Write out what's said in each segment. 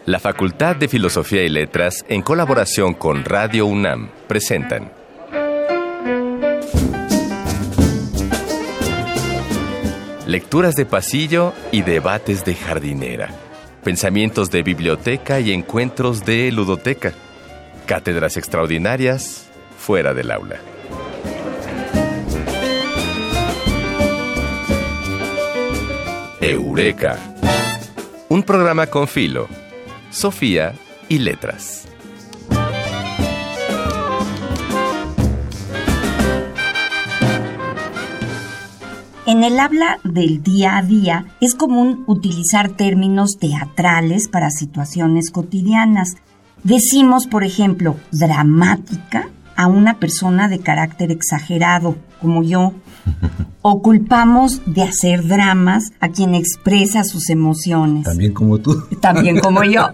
La Facultad de Filosofía y Letras, en colaboración con Radio UNAM, presentan lecturas de pasillo y debates de jardinera, pensamientos de biblioteca y encuentros de ludoteca, cátedras extraordinarias fuera del aula. Eureka, un programa con Filo, Sofía y Letras. En el habla del día a día es común utilizar términos teatrales para situaciones cotidianas. Decimos, por ejemplo, dramática a una persona de carácter exagerado, como yo. O culpamos de hacer dramas a quien expresa sus emociones. También como tú. También como yo.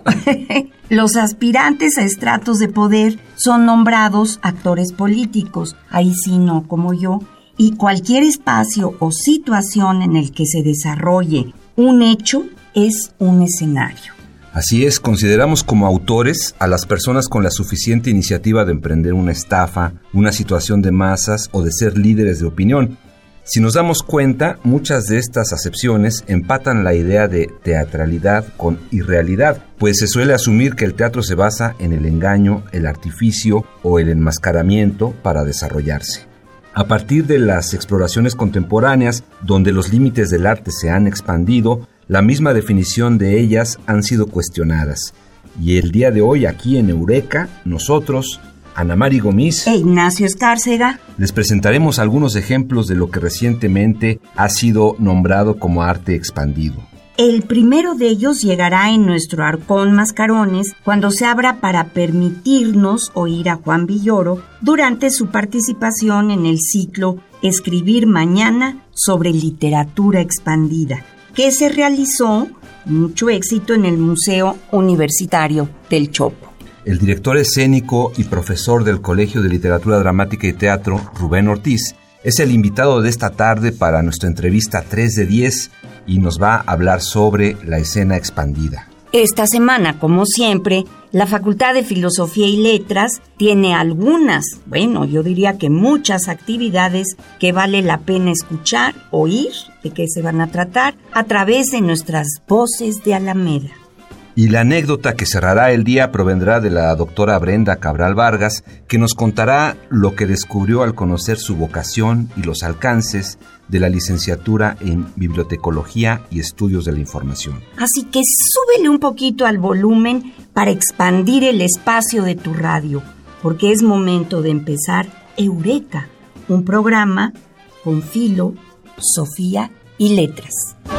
Los aspirantes a estratos de poder son nombrados actores políticos. Ahí sí no, como yo. Y cualquier espacio o situación en el que se desarrolle un hecho es un escenario. Así es, consideramos como autores a las personas con la suficiente iniciativa de emprender una estafa, una situación de masas o de ser líderes de opinión. Si nos damos cuenta, muchas de estas acepciones empatan la idea de teatralidad con irrealidad, pues se suele asumir que el teatro se basa en el engaño, el artificio o el enmascaramiento para desarrollarse. A partir de las exploraciones contemporáneas, donde los límites del arte se han expandido, la misma definición de ellas han sido cuestionadas. Y el día de hoy, aquí en Eureka, nosotros, Ana Mari Gomis e Ignacio Escárcega, les presentaremos algunos ejemplos de lo que recientemente ha sido nombrado como arte expandido. El primero de ellos llegará en nuestro Arcón Mascarones cuando se abra para permitirnos oír a Juan Villoro durante su participación en el ciclo Escribir Mañana sobre literatura expandida, que se realizó con mucho éxito en el Museo Universitario del Chopo. El director escénico y profesor del Colegio de Literatura Dramática y Teatro, Rubén Ortiz, es el invitado de esta tarde para nuestra entrevista 3 de 10 y nos va a hablar sobre la escena expandida. Esta semana, como siempre, la Facultad de Filosofía y Letras tiene algunas, yo diría que muchas actividades que vale la pena escuchar, oír, de qué se van a tratar, a través de nuestras voces de Alameda. Y la anécdota que cerrará el día provendrá de la doctora Brenda Cabral Vargas, que nos contará lo que descubrió al conocer su vocación y los alcances de la licenciatura en Bibliotecología y Estudios de la Información. Así que súbele un poquito al volumen para expandir el espacio de tu radio, porque es momento de empezar Eureka, un programa con Filo, Sofía y Letras.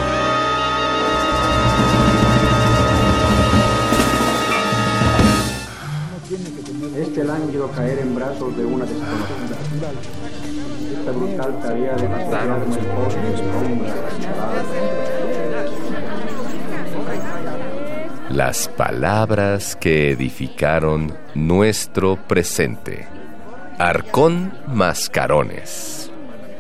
El lánguido caer en brazos de una desconocida. Esta brutal tarea de matar como el pobre sombra. Las palabras que edificaron nuestro presente. Arcón Mascarones.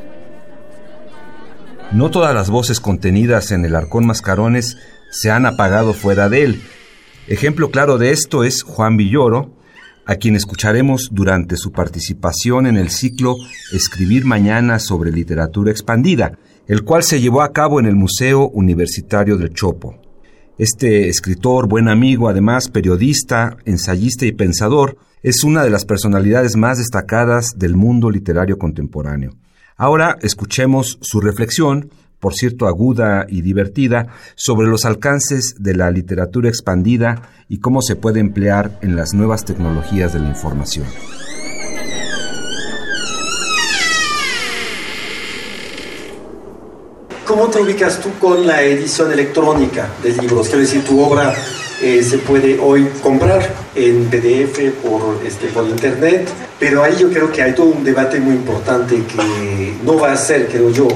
No todas las voces contenidas en el Arcón Mascarones se han apagado fuera de él. Ejemplo claro de esto es Juan Villoro, a quien escucharemos durante su participación en el ciclo Escribir Mañana sobre literatura expandida, el cual se llevó a cabo en el Museo Universitario del Chopo. Este escritor, buen amigo, además periodista, ensayista y pensador, es una de las personalidades más destacadas del mundo literario contemporáneo. Ahora escuchemos su reflexión, por cierto aguda y divertida, sobre los alcances de la literatura expandida y cómo se puede emplear en las nuevas tecnologías de la información. ¿Cómo te ubicas tú con la edición electrónica de libros? Quiero decir, tu obra se puede hoy comprar en PDF por internet, pero ahí yo creo que hay todo un debate muy importante que no va a ser, creo yo,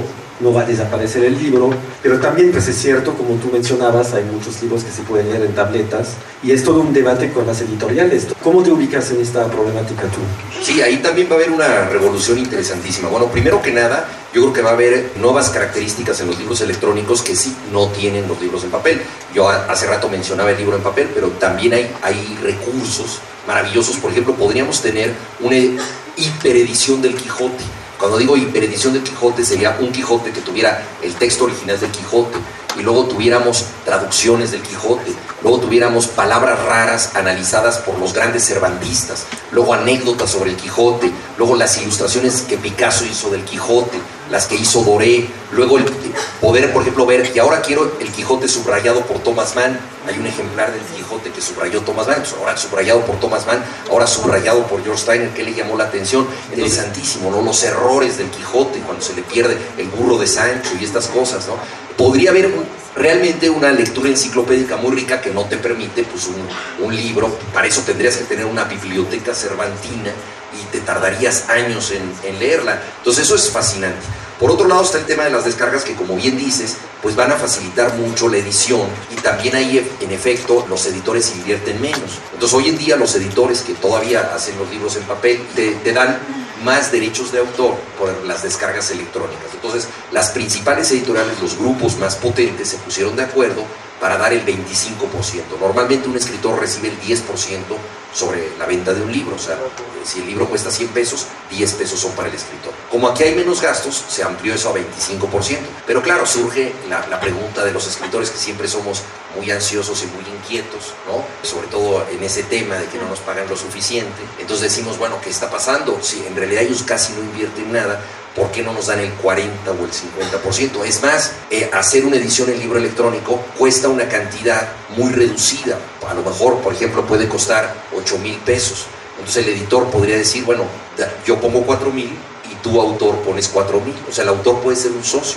no va a desaparecer el libro, pero también pues es cierto, como tú mencionabas, hay muchos libros que se pueden leer en tabletas y es todo un debate con las editoriales. ¿Cómo te ubicas en esta problemática tú? Sí, ahí también va a haber una revolución interesantísima. Bueno, primero que nada, yo creo que va a haber nuevas características en los libros electrónicos que sí no tienen los libros en papel. Yo hace rato mencionaba el libro en papel, pero también hay recursos maravillosos. Por ejemplo, podríamos tener una hiperedición del Quijote. Cuando digo hiperedición del Quijote, sería un Quijote que tuviera el texto original del Quijote y luego tuviéramos traducciones del Quijote, luego tuviéramos palabras raras analizadas por los grandes cervantistas, luego anécdotas sobre el Quijote, luego las ilustraciones que Picasso hizo del Quijote, las que hizo Doré, luego el poder, por ejemplo, ver, y ahora quiero el Quijote subrayado por Thomas Mann. Hay un ejemplar del Quijote que subrayó Thomas Mann, pues ahora subrayado por Thomas Mann, ahora subrayado por George Steiner. ¿Qué le llamó la atención? Interesantísimo, ¿no? Los errores del Quijote, cuando se le pierde el burro de Sancho y estas cosas, ¿no? Podría haber realmente una lectura enciclopédica muy rica que no te permite pues un libro. Para eso tendrías que tener una biblioteca cervantina y te tardarías años en leerla. Entonces eso es fascinante. Por otro lado está el tema de las descargas que, como bien dices, pues van a facilitar mucho la edición y también ahí, en efecto, los editores invierten menos. Entonces hoy en día los editores que todavía hacen los libros en papel te dan más derechos de autor por las descargas electrónicas. Entonces las principales editoriales, los grupos más potentes se pusieron de acuerdo para dar el 25%. Normalmente un escritor recibe el 10% sobre la venta de un libro. O sea, si el libro cuesta 100 pesos, 10 pesos son para el escritor. Como aquí hay menos gastos, se amplió eso a 25%. Pero claro, surge la pregunta de los escritores, que siempre somos muy ansiosos y muy inquietos, ¿no? Sobre todo en ese tema de que no nos pagan lo suficiente. Entonces decimos, bueno, ¿qué está pasando? Si en realidad ellos casi no invierten nada, ¿por qué no nos dan el 40 o el 50%? Es más, hacer una edición en libro electrónico cuesta una cantidad muy reducida. A lo mejor, por ejemplo, puede costar 8,000 pesos. Entonces el editor podría decir, bueno, yo pongo 4,000 y tú, autor, pones 4,000. O sea, el autor puede ser un socio.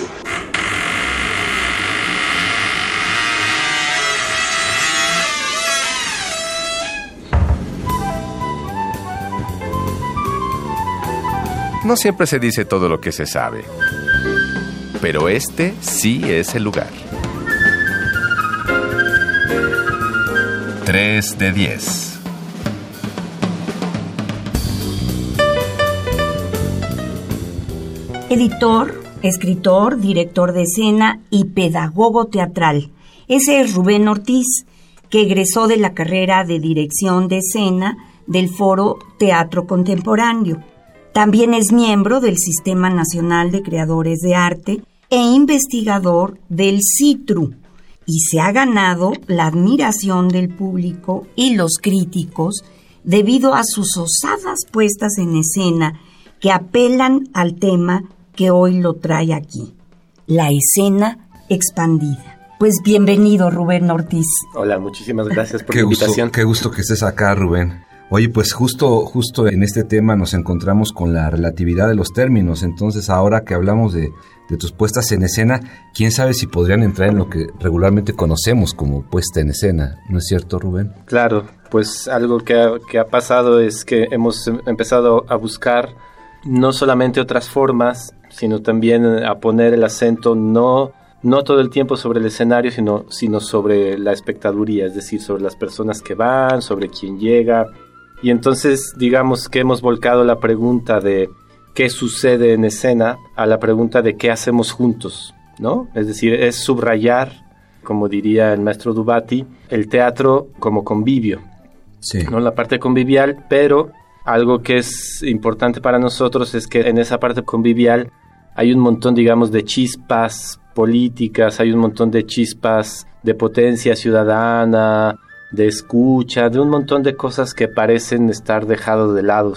No siempre se dice todo lo que se sabe, pero este sí es el lugar. 3 de 10. Editor, escritor, director de escena y pedagogo teatral. Ese es Rubén Ortiz, que egresó de la carrera de dirección de escena del Foro Teatro Contemporáneo. También es miembro del Sistema Nacional de Creadores de Arte e investigador del CITRU, y se ha ganado la admiración del público y los críticos debido a sus osadas puestas en escena que apelan al tema que hoy lo trae aquí, la escena expandida. Pues bienvenido, Rubén Ortiz. Hola, muchísimas gracias por la invitación. Qué gusto que estés acá, Rubén. Oye, pues justo en este tema nos encontramos con la relatividad de los términos. Entonces, ahora que hablamos de tus puestas en escena, quién sabe si podrían entrar en lo que regularmente conocemos como puesta en escena. ¿No es cierto, Rubén? Claro, pues algo que ha pasado es que hemos empezado a buscar no solamente otras formas, sino también a poner el acento no todo el tiempo sobre el escenario, sino sobre la espectaduría, es decir, sobre las personas que van, sobre quién llega. Y entonces, digamos que hemos volcado la pregunta de qué sucede en escena a la pregunta de qué hacemos juntos, ¿no? Es decir, es subrayar, como diría el maestro Dubati, el teatro como convivio, sí, ¿no? La parte convivial, pero algo que es importante para nosotros es que en esa parte convivial hay un montón, digamos, de chispas políticas, hay un montón de chispas de potencia ciudadana, de escucha, de un montón de cosas que parecen estar dejados de lado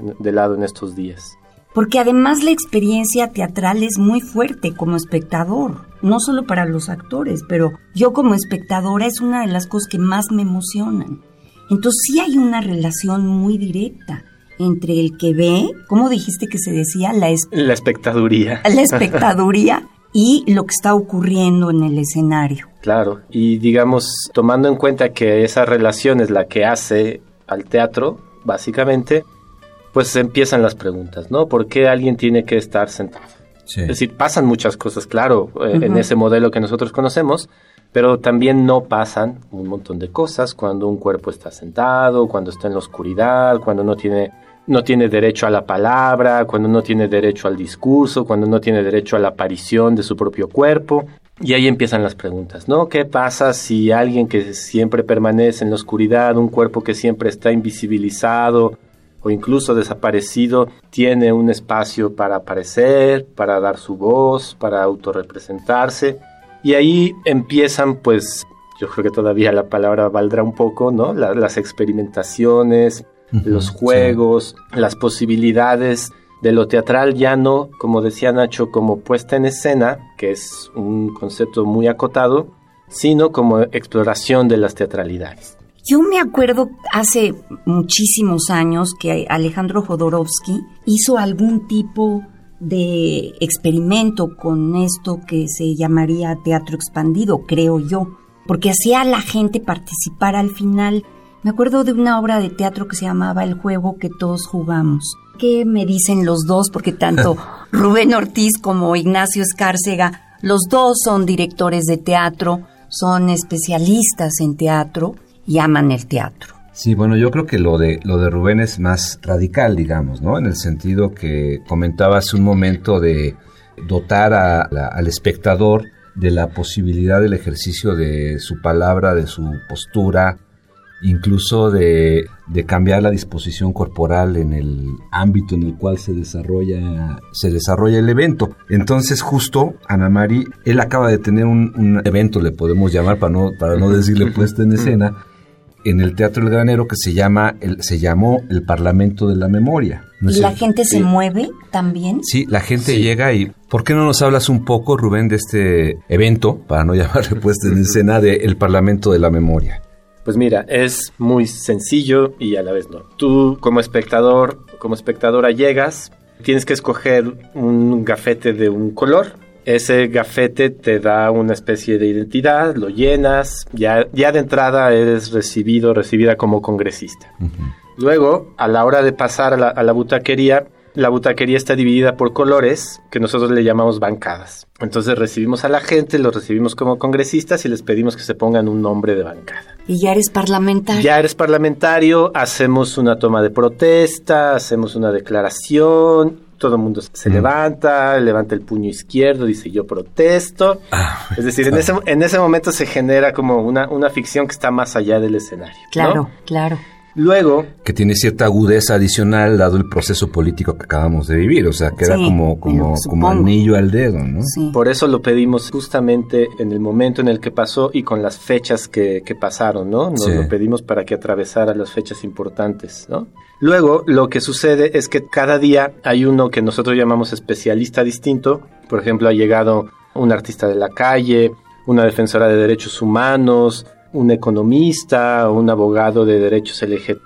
en estos días. Porque además la experiencia teatral es muy fuerte como espectador, no solo para los actores, pero yo como espectadora es una de las cosas que más me emocionan. Entonces sí hay una relación muy directa entre el que ve, ¿cómo dijiste que se decía? La espectaduría. La espectaduría y lo que está ocurriendo en el escenario. Claro, y digamos, tomando en cuenta que esa relación es la que hace al teatro, básicamente, pues empiezan las preguntas, ¿no? ¿Por qué alguien tiene que estar sentado? Sí. Es decir, pasan muchas cosas, claro, en ese modelo que nosotros conocemos, pero también no pasan un montón de cosas cuando un cuerpo está sentado, cuando está en la oscuridad, cuando no tiene derecho a la palabra, cuando no tiene derecho al discurso, cuando no tiene derecho a la aparición de su propio cuerpo. Y ahí empiezan las preguntas, ¿no? ¿Qué pasa si alguien que siempre permanece en la oscuridad, un cuerpo que siempre está invisibilizado o incluso desaparecido, tiene un espacio para aparecer, para dar su voz, para autorrepresentarse? Y ahí empiezan, pues, yo creo que todavía la palabra valdrá un poco, ¿no? Las experimentaciones, los juegos, las posibilidades de lo teatral, ya no, como decía Nacho, como puesta en escena, que es un concepto muy acotado, sino como exploración de las teatralidades. Yo me acuerdo hace muchísimos años que Alejandro Jodorowsky hizo algún tipo de experimento con esto que se llamaría teatro expandido, creo yo, porque hacía a la gente participar al final. Me acuerdo de una obra de teatro que se llamaba El juego que todos jugamos. ¿Qué me dicen los dos? Porque tanto Rubén Ortiz como Ignacio Escárcega, los dos son directores de teatro, son especialistas en teatro y aman el teatro. Sí, bueno, yo creo que lo de Rubén es más radical, digamos, ¿no? En el sentido que comentaba hace un momento de dotar al espectador de la posibilidad del ejercicio de su palabra, de su postura, incluso de cambiar la disposición corporal en el ámbito en el cual se desarrolla el evento. Entonces, justo, Ana Mari, él acaba de tener un evento, le podemos llamar para no decirle puesta en escena, en el Teatro El Granero, que se llamó el Parlamento de la Memoria. ¿No es ¿Y la cierto? gente se mueve también? Sí, la gente llega y... ¿Por qué no nos hablas un poco, Rubén, de este evento, para no llamarle puesta en escena, del Parlamento de la Memoria? Pues mira, es muy sencillo y a la vez no. Tú como espectadora llegas, tienes que escoger un gafete de un color. Ese gafete te da una especie de identidad, lo llenas, ya de entrada eres recibida como congresista. Uh-huh. Luego, a la hora de pasar a la butaquería, la butaquería está dividida por colores que nosotros le llamamos bancadas. Entonces recibimos a la gente, los recibimos como congresistas y les pedimos que se pongan un nombre de bancada. ¿Y ya eres parlamentario? Ya eres parlamentario, hacemos una toma de protesta, hacemos una declaración, todo el mundo se levanta el puño izquierdo, dice yo protesto. Es decir, en ese momento se genera como una ficción que está más allá del escenario. Claro, ¿no? Claro. Luego... Que tiene cierta agudeza adicional dado el proceso político que acabamos de vivir, o sea, queda como anillo al dedo, ¿no? Sí. Por eso lo pedimos justamente en el momento en el que pasó y con las fechas que pasaron, ¿no? Nos lo pedimos para que atravesara las fechas importantes, ¿no? Luego, lo que sucede es que cada día hay uno que nosotros llamamos especialista distinto. Por ejemplo, ha llegado un artista de la calle, una defensora de derechos humanos, un economista, un abogado de derechos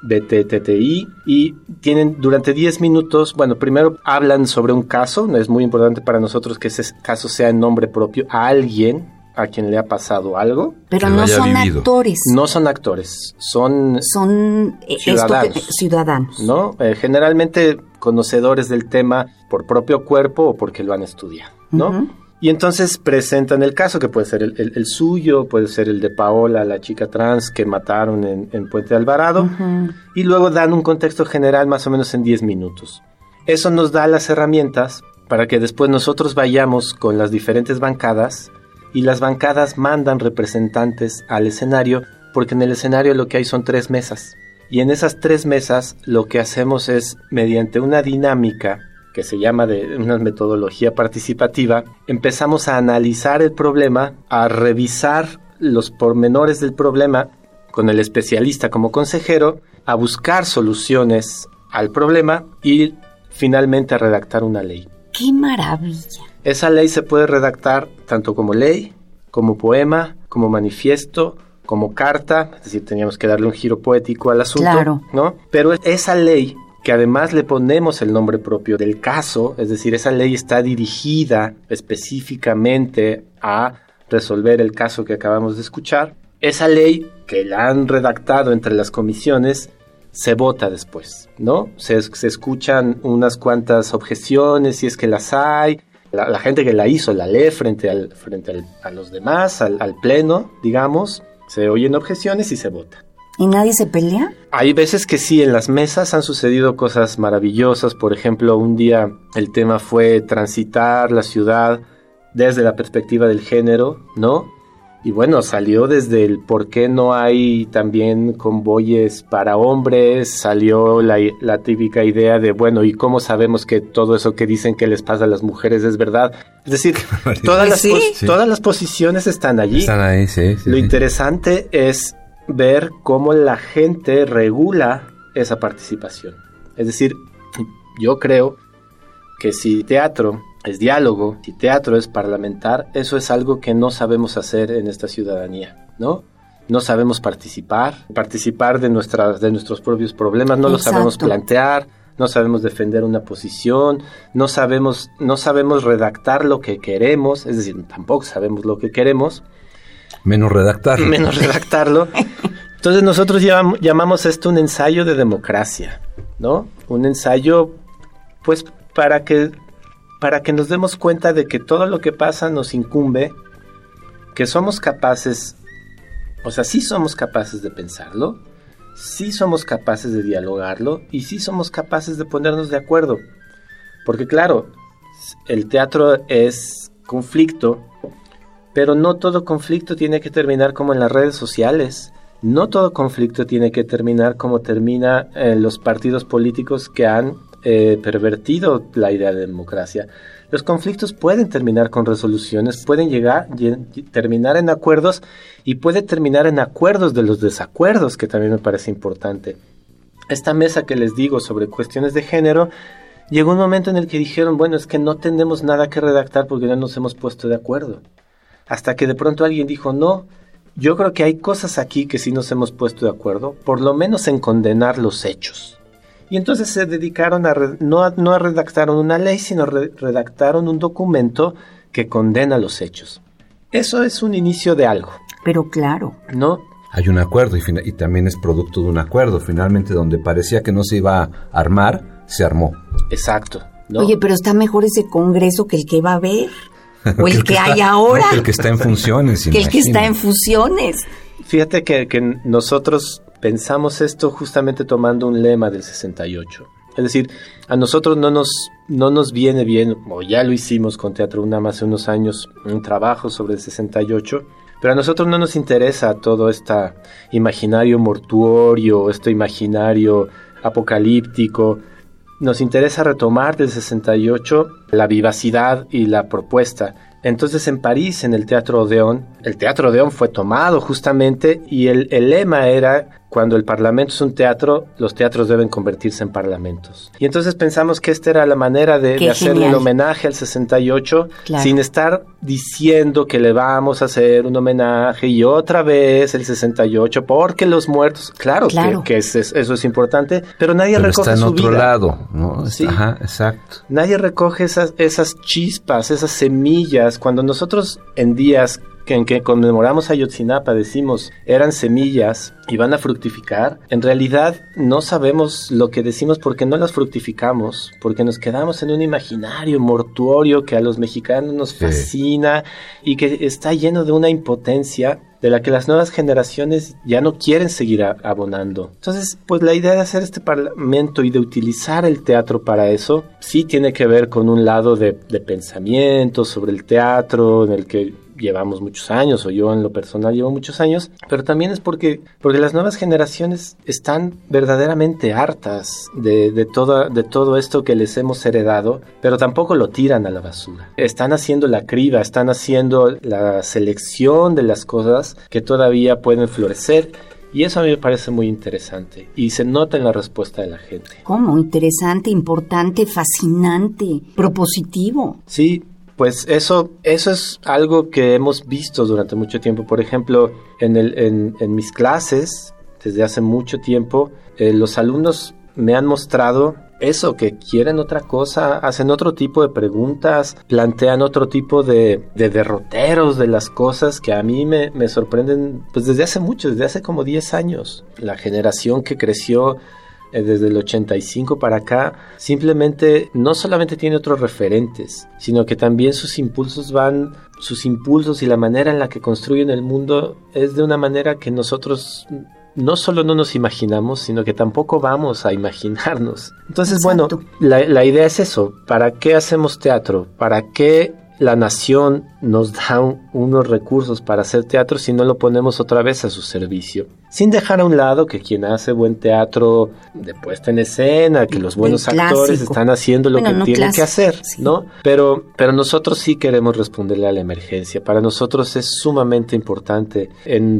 LGBTI, y tienen durante 10 minutos, bueno, primero hablan sobre un caso. Es muy importante para nosotros que ese caso sea en nombre propio a alguien a quien le ha pasado algo. Pero no son actores. No son actores, son ciudadanos. ¿No? Generalmente conocedores del tema por propio cuerpo o porque lo han estudiado, ¿no? Uh-huh. Y entonces presentan el caso, que puede ser el suyo, puede ser el de Paola, la chica trans que mataron en Puente Alvarado, uh-huh. Y luego dan un contexto general más o menos en 10 minutos. Eso nos da las herramientas para que después nosotros vayamos con las diferentes bancadas, y las bancadas mandan representantes al escenario, porque en el escenario lo que hay son 3 mesas. Y en esas 3 mesas lo que hacemos es, mediante una dinámica que se llama de una metodología participativa, empezamos a analizar el problema, a revisar los pormenores del problema con el especialista como consejero, a buscar soluciones al problema y finalmente a redactar una ley. ¡Qué maravilla! Esa ley se puede redactar tanto como ley, como poema, como manifiesto, como carta, es decir, teníamos que darle un giro poético al asunto, claro, ¿no? Pero esa ley, que además le ponemos el nombre propio del caso, es decir, esa ley está dirigida específicamente a resolver el caso que acabamos de escuchar. Esa ley, que la han redactado entre las comisiones, se vota después, ¿no? Se escuchan unas cuantas objeciones, si es que las hay, La gente que la hizo la lee frente a los demás, al pleno, digamos, se oyen objeciones y se vota. ¿Y nadie se pelea? Hay veces que sí, en las mesas han sucedido cosas maravillosas. Por ejemplo, un día el tema fue transitar la ciudad desde la perspectiva del género, ¿no? Y bueno, salió desde el por qué no hay también convoyes para hombres, salió la típica idea de, bueno, ¿y cómo sabemos que todo eso que dicen que les pasa a las mujeres es verdad? Es decir, todas las posiciones están allí. Están ahí, sí. Lo interesante es ver cómo la gente regula esa participación. Es decir, yo creo que si teatro es diálogo, si teatro es parlamentar, eso es algo que no sabemos hacer en esta ciudadanía, ¿no? No sabemos participar de nuestros propios problemas, no los sabemos plantear, no sabemos defender una posición, no sabemos redactar lo que queremos, es decir, tampoco sabemos lo que queremos. Menos redactarlo. Entonces nosotros llamamos esto un ensayo de democracia, ¿no? Un ensayo, pues, para que nos demos cuenta de que todo lo que pasa nos incumbe, que somos capaces, o sea, sí somos capaces de pensarlo, sí somos capaces de dialogarlo y sí somos capaces de ponernos de acuerdo. Porque claro, el teatro es conflicto, pero no todo conflicto tiene que terminar como en las redes sociales. No todo conflicto tiene que terminar como termina los partidos políticos que han pervertido la idea de democracia. Los conflictos pueden terminar con resoluciones, pueden terminar en acuerdos y puede terminar en acuerdos de los desacuerdos, que también me parece importante. Esta mesa que les digo sobre cuestiones de género, llegó un momento en el que dijeron, bueno, es que no tenemos nada que redactar porque no nos hemos puesto de acuerdo. Hasta que de pronto alguien dijo, no, yo creo que hay cosas aquí que sí nos hemos puesto de acuerdo, por lo menos en condenar los hechos. Y entonces se dedicaron no a redactaron una ley, sino redactaron un documento que condena los hechos. Eso es un inicio de algo. Pero claro. ¿No? Hay un acuerdo y también es producto de un acuerdo. Finalmente, donde parecía que no se iba a armar, se armó. Exacto, ¿no? Oye, pero está mejor ese congreso que el que va a haber. O el que hay ahora. No, el que está en funciones. Que el que está en fusiones. Fíjate que nosotros pensamos esto justamente tomando un lema del 68. Es decir, a nosotros no nos viene bien, o ya lo hicimos con Teatro UNAM hace unos años, un trabajo sobre el 68, pero a nosotros no nos interesa todo este imaginario mortuorio, este imaginario apocalíptico. Nos interesa retomar del 68 la vivacidad y la propuesta. Entonces en París, en el Teatro Odeón fue tomado justamente y el lema era, cuando el Parlamento es un teatro, los teatros deben convertirse en parlamentos. Y entonces pensamos que esta era la manera de hacerle el homenaje al 68, claro, sin estar diciendo que le vamos a hacer un homenaje y otra vez el 68, porque los muertos, claro. Que eso es importante, pero nadie recoge su vida. Está en otro lado, ¿no? Sí. Ajá, exacto. Nadie recoge esas chispas, esas semillas. Cuando nosotros en días en que conmemoramos a Ayotzinapa decimos eran semillas y van a fructificar, en realidad no sabemos lo que decimos porque no las fructificamos, porque nos quedamos en un imaginario mortuorio que a los mexicanos nos fascina y que está lleno de una impotencia de la que las nuevas generaciones ya no quieren seguir abonando. Entonces, pues la idea de hacer este parlamento y de utilizar el teatro para eso, sí tiene que ver con un lado de pensamiento sobre el teatro, en el que llevamos muchos años, o yo en lo personal llevo muchos años, pero también es porque las nuevas generaciones están verdaderamente hartas de todo esto que les hemos heredado, pero tampoco lo tiran a la basura. Están haciendo la criba, están haciendo la selección de las cosas que todavía pueden florecer. Y eso a mí me parece muy interesante y se nota en la respuesta de la gente. ¿Cómo? Interesante, importante, fascinante, propositivo. Sí, pues eso es algo que hemos visto durante mucho tiempo. Por ejemplo, en mis clases, desde hace mucho tiempo, los alumnos me han mostrado eso, que quieren otra cosa, hacen otro tipo de preguntas, plantean otro tipo de derroteros de las cosas que a mí me sorprenden, pues desde hace como 10 años. La generación que creció desde el 85 para acá, simplemente no solamente tiene otros referentes, sino que también sus impulsos y la manera en la que construyen el mundo es de una manera que nosotros no solo no nos imaginamos, sino que tampoco vamos a imaginarnos. Entonces, Exacto. bueno, la idea es eso. ¿Para qué hacemos teatro? ¿Para qué la nación nos da unos recursos para hacer teatro si no lo ponemos otra vez a su servicio? Sin dejar a un lado que quien hace buen teatro de puesta en escena, que los buenos actores están haciendo lo que tienen que hacer, sí, ¿no? Pero nosotros sí queremos responderle a la emergencia. Para nosotros es sumamente importante. En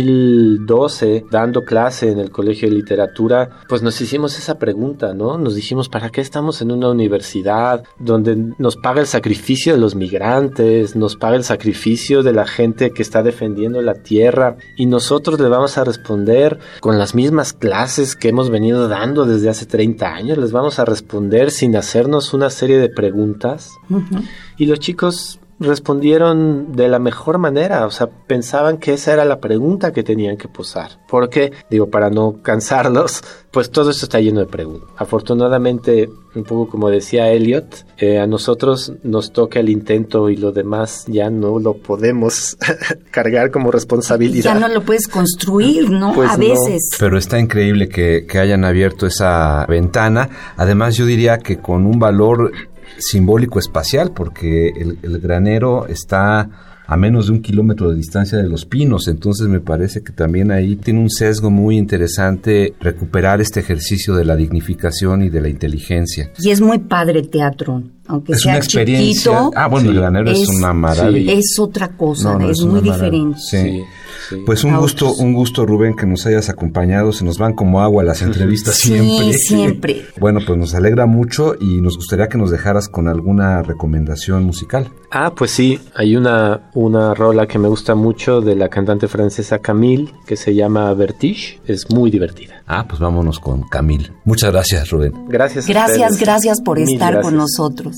2012, dando clase en el Colegio de Literatura, pues nos hicimos esa pregunta, ¿no? Nos dijimos, ¿para qué estamos en una universidad donde nos paga el sacrificio de los migrantes, nos paga el sacrificio de la gente que está defendiendo la tierra, y nosotros le vamos a responder con las mismas clases que hemos venido dando desde hace 30 años? Les vamos a responder sin hacernos una serie de preguntas. Uh-huh. Y los chicos respondieron de la mejor manera, o sea, pensaban que esa era la pregunta que tenían que posar. Porque, para no cansarlos, pues todo esto está lleno de preguntas. Afortunadamente, un poco como decía Eliot, a nosotros nos toca el intento y lo demás ya no lo podemos cargar como responsabilidad. Ya no lo puedes construir, ¿no? Pues a veces. No. Pero está increíble que hayan abierto esa ventana. Además, yo diría que con un valor simbólico espacial, porque el granero está a menos de 1 kilómetro de distancia de Los Pinos, entonces me parece que también ahí tiene un sesgo muy interesante recuperar este ejercicio de la dignificación y de la inteligencia. Y es muy padre el teatro, aunque es sea una experiencia. chiquito. Bueno, el granero es una maravilla. Es otra cosa, es muy diferente. Sí. Pues un gusto, Rubén, que nos hayas acompañado. Se nos van como agua las entrevistas siempre. Sí, siempre. Bueno, pues nos alegra mucho y nos gustaría que nos dejaras con alguna recomendación musical. Pues sí, hay una rola que me gusta mucho de la cantante francesa Camille, que se llama Vertige. Es muy divertida. Pues vámonos con Camille. Muchas gracias, Rubén. Gracias por estar con nosotros.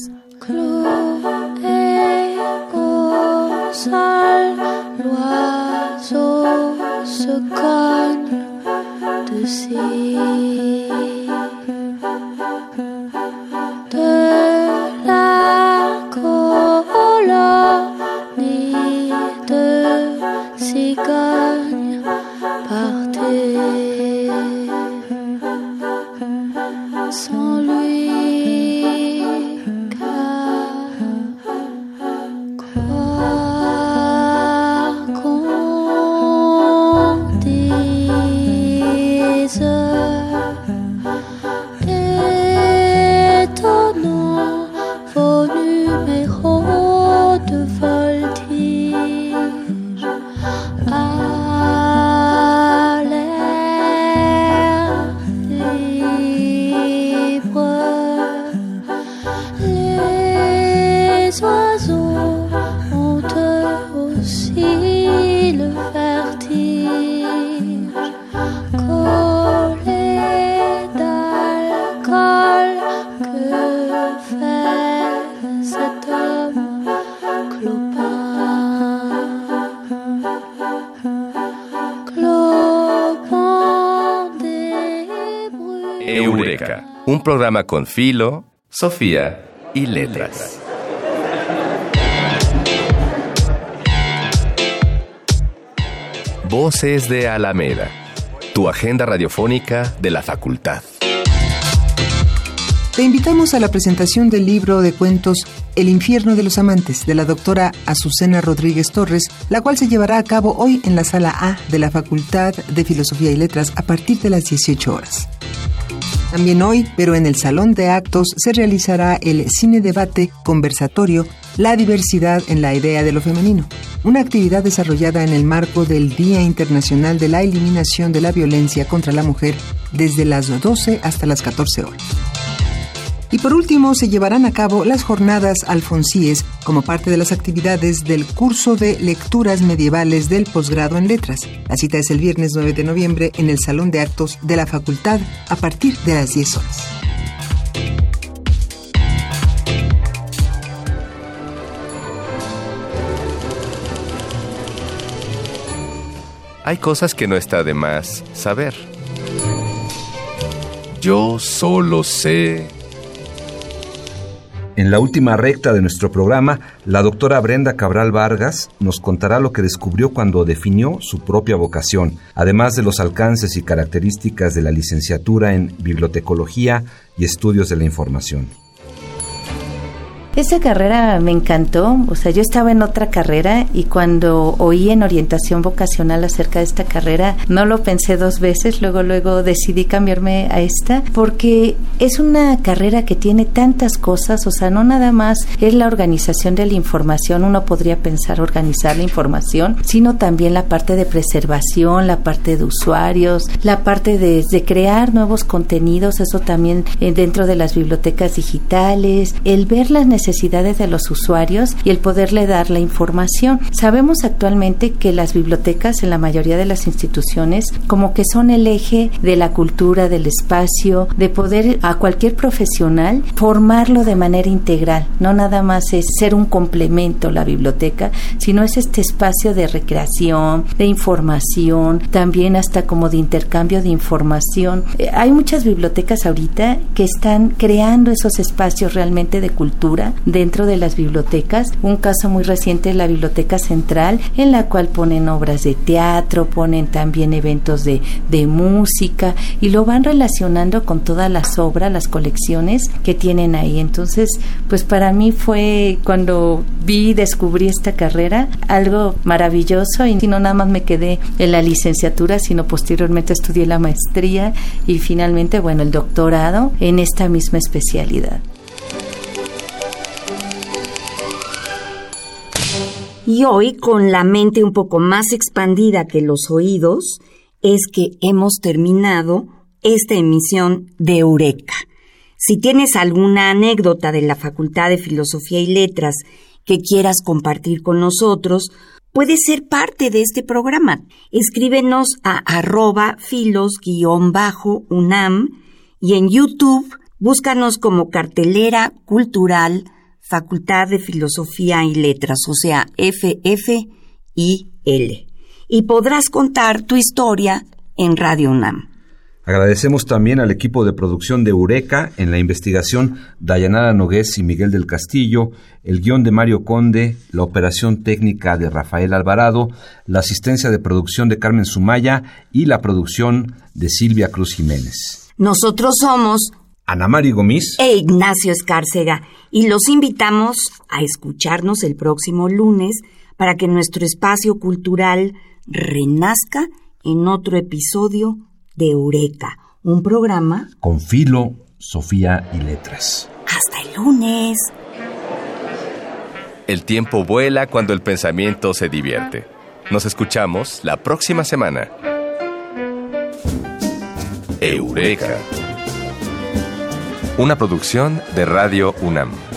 Se cogne dessus de la colonie de cigognes partait sans lui Eureka, un programa con Filo, Sofía y Letras. Voces de Alameda, tu agenda radiofónica de la facultad. Te invitamos a la presentación del libro de cuentos El infierno de los amantes, de la doctora Azucena Rodríguez Torres, la cual se llevará a cabo hoy en la Sala A de la Facultad de Filosofía y Letras a partir de las 18 horas. También hoy, pero en el Salón de Actos, se realizará el Cine Debate Conversatorio La diversidad en la idea de lo femenino, una actividad desarrollada en el marco del Día Internacional de la Eliminación de la Violencia contra la Mujer desde las 12 hasta las 14 horas. Y por último, se llevarán a cabo las jornadas alfonsíes como parte de las actividades del curso de lecturas medievales del posgrado en letras. La cita es el viernes 9 de noviembre en el Salón de Actos de la Facultad a partir de las 10 horas. Hay cosas que no está de más saber. Yo solo sé. En la última recta de nuestro programa, la doctora Brenda Cabral Vargas nos contará lo que descubrió cuando definió su propia vocación, además de los alcances y características de la licenciatura en Bibliotecología y Estudios de la Información. Esa carrera me encantó, o sea, yo estaba en otra carrera y cuando oí en orientación vocacional acerca de esta carrera, no lo pensé dos veces, luego decidí cambiarme a esta, porque es una carrera que tiene tantas cosas, o sea, no nada más es la organización de la información, uno podría pensar organizar la información, sino también la parte de preservación, la parte de usuarios, la parte de crear nuevos contenidos, eso también dentro de las bibliotecas digitales, el ver las necesidades de los usuarios y el poderle dar la información. Sabemos actualmente que las bibliotecas en la mayoría de las instituciones como que son el eje de la cultura, del espacio, de poder a cualquier profesional formarlo de manera integral. No nada más es ser un complemento la biblioteca, sino es este espacio de recreación, de información, también hasta como de intercambio de información. Hay muchas bibliotecas ahorita que están creando esos espacios realmente de cultura dentro de las bibliotecas. Un caso muy reciente es la Biblioteca Central, en la cual ponen obras de teatro, ponen también eventos de música y lo van relacionando con todas las obras, las colecciones que tienen ahí. Entonces, pues para mí fue cuando descubrí esta carrera, algo maravilloso y no nada más me quedé en la licenciatura, sino posteriormente estudié la maestría y finalmente, bueno, el doctorado en esta misma especialidad. Y hoy, con la mente un poco más expandida que los oídos, es que hemos terminado esta emisión de Eureka. Si tienes alguna anécdota de la Facultad de Filosofía y Letras que quieras compartir con nosotros, puedes ser parte de este programa. Escríbenos a @filos_UNAM y en YouTube búscanos como Cartelera Cultural Facultad de Filosofía y Letras, o sea, FFIL. Y podrás contar tu historia en Radio UNAM. Agradecemos también al equipo de producción de Eureka, en la investigación Dayanara Nogués y Miguel del Castillo, el guión de Mario Conde, la operación técnica de Rafael Alvarado, la asistencia de producción de Carmen Sumaya y la producción de Silvia Cruz Jiménez. Nosotros somos Ana Mari Gomis e Ignacio Escárcega, y los invitamos a escucharnos el próximo lunes para que nuestro espacio cultural renazca en otro episodio de Eureka, un programa con Filo, Sofía y Letras. Hasta el lunes. El tiempo vuela cuando el pensamiento se divierte. Nos escuchamos la próxima semana. Eureka. Una producción de Radio UNAM.